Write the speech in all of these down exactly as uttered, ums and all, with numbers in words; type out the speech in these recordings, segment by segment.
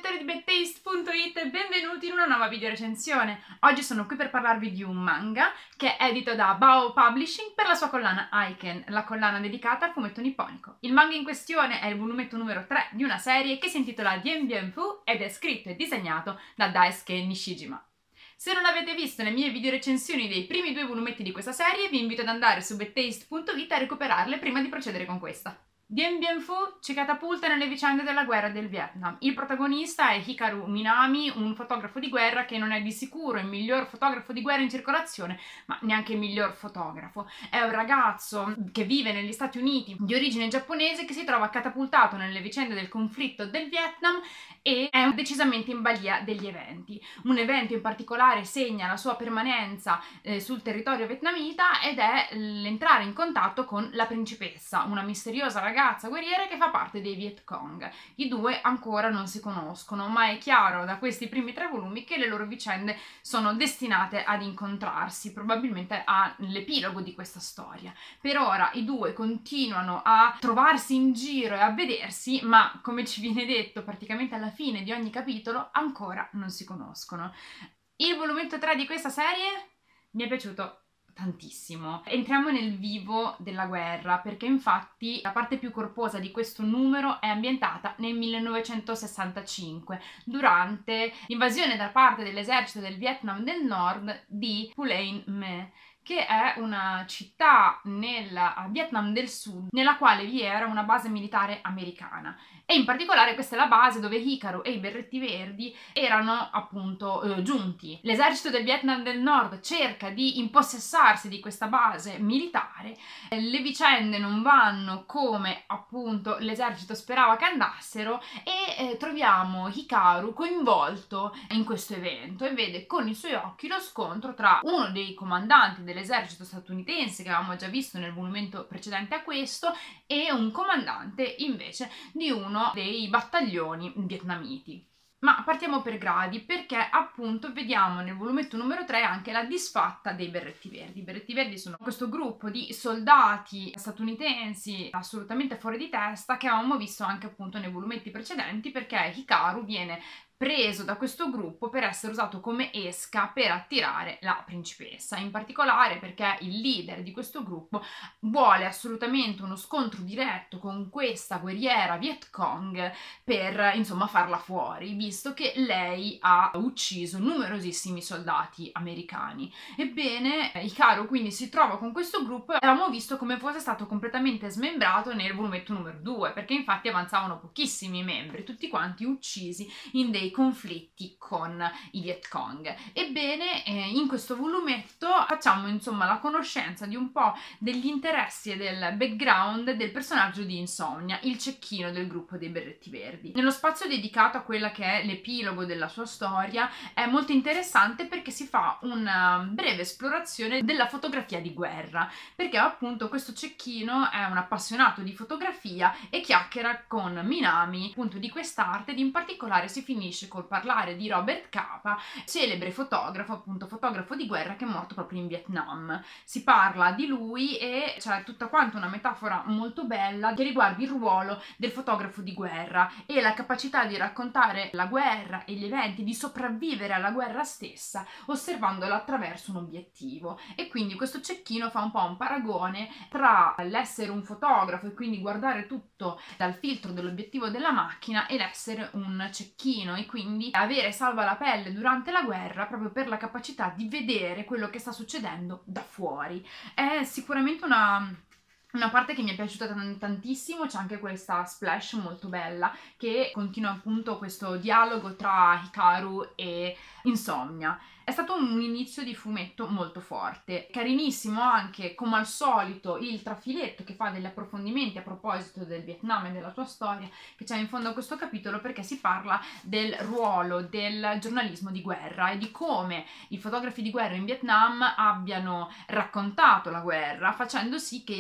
lettori di bad taste punto it e benvenuti in una nuova video recensione. Oggi sono qui per parlarvi di un manga che è edito da Bao Publishing per la sua collana Aiken, la collana dedicata al fumetto nipponico. Il manga in questione è il volumetto numero tre di una serie che si intitola Dien Bien Phu ed è scritto e disegnato da Daisuke Nishijima. Se non avete visto le mie video recensioni dei primi due volumetti di questa serie, vi invito ad andare su bad taste punto it a recuperarle prima di procedere con questa. Dien Bien Phu ci catapulta nelle vicende della guerra del Vietnam. Il protagonista è Hikaru Minami, un fotografo di guerra che non è di sicuro il miglior fotografo di guerra in circolazione, ma neanche il miglior fotografo. È un ragazzo che vive negli Stati Uniti di origine giapponese che si trova catapultato nelle vicende del conflitto del Vietnam e è decisamente in balia degli eventi. Un evento in particolare segna la sua permanenza eh, sul territorio vietnamita ed è l'entrare in contatto con la principessa, una misteriosa ragazza ragazza guerriera che fa parte dei Viet Cong. I due ancora non si conoscono, ma è chiaro da questi primi tre volumi che le loro vicende sono destinate ad incontrarsi, probabilmente all'epilogo di questa storia. Per ora i due continuano a trovarsi in giro e a vedersi, ma come ci viene detto praticamente alla fine di ogni capitolo, ancora non si conoscono. Il volumetto tre di questa serie mi è piaciuto tantissimo. Entriamo nel vivo della guerra perché infatti la parte più corposa di questo numero è ambientata nel millenovecentosessantacinque durante l'invasione da parte dell'esercito del Vietnam del Nord di Phu Ien Me, che è una città nel Vietnam del Sud nella quale vi era una base militare americana e in particolare questa è la base dove Hikaru e i Berretti Verdi erano appunto eh, giunti. L'esercito del Vietnam del Nord cerca di impossessarsi di questa base militare, le vicende non vanno come appunto l'esercito sperava che andassero e eh, troviamo Hikaru coinvolto in questo evento e vede con i suoi occhi lo scontro tra uno dei comandanti dell'esercito statunitense che avevamo già visto nel volumetto precedente a questo e un comandante invece di uno dei battaglioni vietnamiti. Ma partiamo per gradi perché appunto vediamo nel volumetto numero tre anche la disfatta dei Berretti Verdi. I Berretti Verdi sono questo gruppo di soldati statunitensi assolutamente fuori di testa che avevamo visto anche appunto nei volumetti precedenti perché Hikaru viene preso da questo gruppo per essere usato come esca per attirare la principessa, in particolare perché il leader di questo gruppo vuole assolutamente uno scontro diretto con questa guerriera Viet Cong per insomma farla fuori, visto che lei ha ucciso numerosissimi soldati americani. Ebbene, Hikaru quindi si trova con questo gruppo e avevamo visto come fosse stato completamente smembrato nel volumetto numero due, perché infatti avanzavano pochissimi membri, tutti quanti uccisi in dei conflitti con i Viet Cong. Ebbene, eh, in questo volumetto facciamo insomma la conoscenza di un po' degli interessi e del background del personaggio di Insomnia, il cecchino del gruppo dei Berretti Verdi. Nello spazio dedicato a quella che è l'epilogo della sua storia è molto interessante perché si fa una breve esplorazione della fotografia di guerra, perché appunto questo cecchino è un appassionato di fotografia e chiacchiera con Minami appunto di quest'arte ed in particolare si finisce col parlare di Robert Capa, celebre fotografo, appunto fotografo di guerra che è morto proprio in Vietnam. Si parla di lui e c'è tutta quanta una metafora molto bella che riguarda il ruolo del fotografo di guerra e la capacità di raccontare la guerra e gli eventi, di sopravvivere alla guerra stessa osservandola attraverso un obiettivo. E quindi questo cecchino fa un po' un paragone tra l'essere un fotografo e quindi guardare tutto dal filtro dell'obiettivo della macchina e l'essere un cecchino e quindi avere salva la pelle durante la guerra proprio per la capacità di vedere quello che sta succedendo da fuori. È sicuramente una Una parte che mi è piaciuta tantissimo, c'è anche questa splash molto bella che continua appunto questo dialogo tra Hikaru e Insomnia. È stato un inizio di fumetto molto forte, carinissimo anche come al solito il trafiletto che fa degli approfondimenti a proposito del Vietnam e della sua storia che c'è in fondo a questo capitolo perché si parla del ruolo del giornalismo di guerra e di come i fotografi di guerra in Vietnam abbiano raccontato la guerra facendo sì che il racconto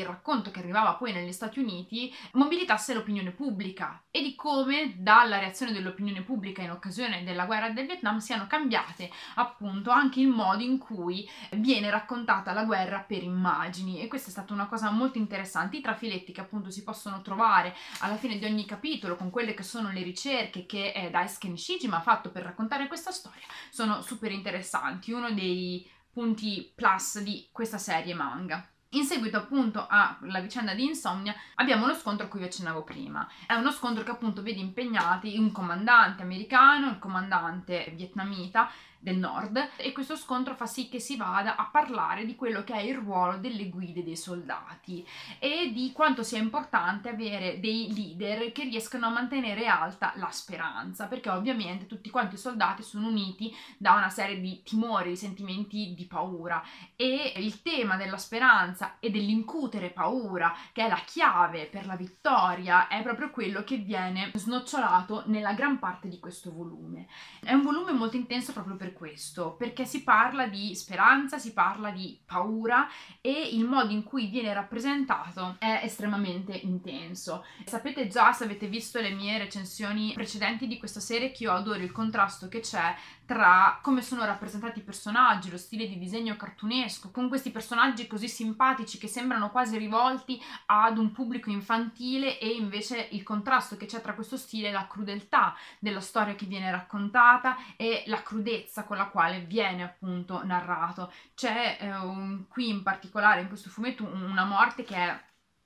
racconto che arrivava poi negli Stati Uniti mobilitasse l'opinione pubblica e di come dalla reazione dell'opinione pubblica in occasione della guerra del Vietnam siano cambiate appunto anche il modo in cui viene raccontata la guerra per immagini. E questa è stata una cosa molto interessante. I trafiletti che appunto si possono trovare alla fine di ogni capitolo con quelle che sono le ricerche che eh, Daisuke Nishijima ha fatto per raccontare questa storia sono super interessanti, uno dei punti plus di questa serie manga. In seguito appunto alla vicenda di Insomnia abbiamo lo scontro a cui vi accennavo prima. È uno scontro che appunto vede impegnati un comandante americano e un comandante vietnamita del nord, e questo scontro fa sì che si vada a parlare di quello che è il ruolo delle guide dei soldati e di quanto sia importante avere dei leader che riescano a mantenere alta la speranza, perché ovviamente tutti quanti i soldati sono uniti da una serie di timori, di sentimenti di paura, e il tema della speranza e dell'incutere paura, che è la chiave per la vittoria, è proprio quello che viene snocciolato nella gran parte di questo volume. È un volume molto intenso proprio per questo, perché si parla di speranza, si parla di paura e il modo in cui viene rappresentato è estremamente intenso. Sapete già, se avete visto le mie recensioni precedenti di questa serie, che io adoro il contrasto che c'è tra come sono rappresentati i personaggi, lo stile di disegno cartunesco, con questi personaggi così simpatici che sembrano quasi rivolti ad un pubblico infantile, e invece il contrasto che c'è tra questo stile e la crudeltà della storia che viene raccontata e la crudezza con la quale viene appunto narrato. C'è eh, un, qui in particolare in questo fumetto una morte che è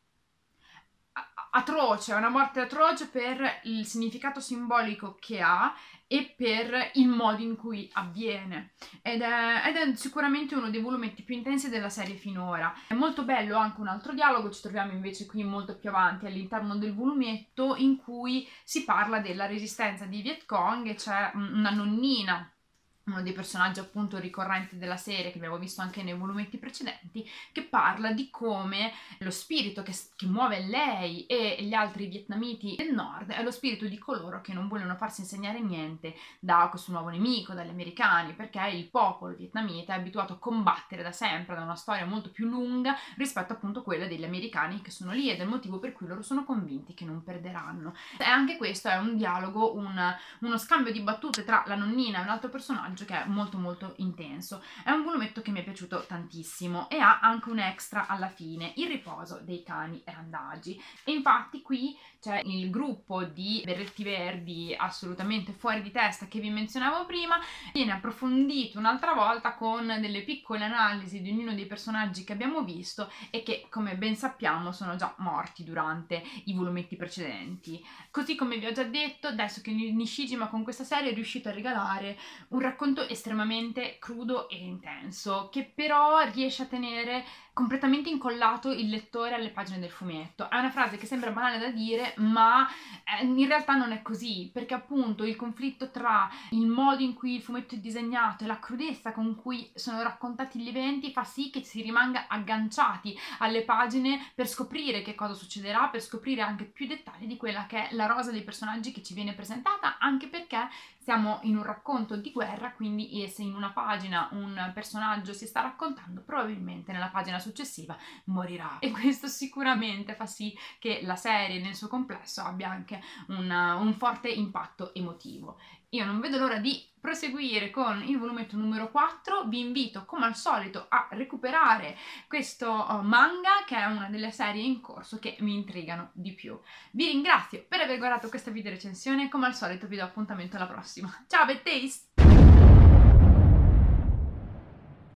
atroce, è una morte atroce per il significato simbolico che ha e per il modo in cui avviene, ed è, ed è sicuramente uno dei volumetti più intensi della serie finora. È molto bello anche un altro dialogo, ci troviamo invece qui molto più avanti all'interno del volumetto, in cui si parla della resistenza di Viet Cong e c'è una nonnina, uno dei personaggi appunto ricorrenti della serie che abbiamo visto anche nei volumetti precedenti, che parla di come lo spirito che, che muove lei e gli altri vietnamiti del nord è lo spirito di coloro che non vogliono farsi insegnare niente da questo nuovo nemico, dagli americani, perché il popolo vietnamita è abituato a combattere da sempre, da una storia molto più lunga rispetto appunto a quella degli americani che sono lì, ed è il motivo per cui loro sono convinti che non perderanno. E anche questo è un dialogo, un, uno scambio di battute tra la nonnina e un altro personaggio che è molto molto intenso. È un volumetto che mi è piaciuto tantissimo e ha anche un extra alla fine, il riposo dei cani randagi, e infatti qui c'è il gruppo di berretti verdi assolutamente fuori di testa che vi menzionavo prima, viene approfondito un'altra volta con delle piccole analisi di ognuno dei personaggi che abbiamo visto e che, come ben sappiamo, sono già morti durante i volumetti precedenti. Così come vi ho già detto, adesso che Nishijima con questa serie è riuscito a regalare un racconto estremamente crudo e intenso, che però riesce a tenere completamente incollato il lettore alle pagine del fumetto. È una frase che sembra banale da dire, ma in realtà non è così, perché appunto il conflitto tra il modo in cui il fumetto è disegnato e la crudezza con cui sono raccontati gli eventi fa sì che si rimanga agganciati alle pagine per scoprire che cosa succederà, per scoprire anche più dettagli di quella che è la rosa dei personaggi che ci viene presentata, anche perché siamo in un racconto di guerra, quindi se in una pagina un personaggio si sta raccontando, probabilmente nella pagina successiva morirà, e questo sicuramente fa sì che la serie nel suo complesso abbia anche una, un forte impatto emotivo. Io non vedo l'ora di proseguire con il volumetto numero quattro, vi invito come al solito a recuperare questo manga, che è una delle serie in corso che mi intrigano di più. Vi ringrazio per aver guardato questa video recensione, come al solito vi do appuntamento alla prossima. Ciao Bad Taste!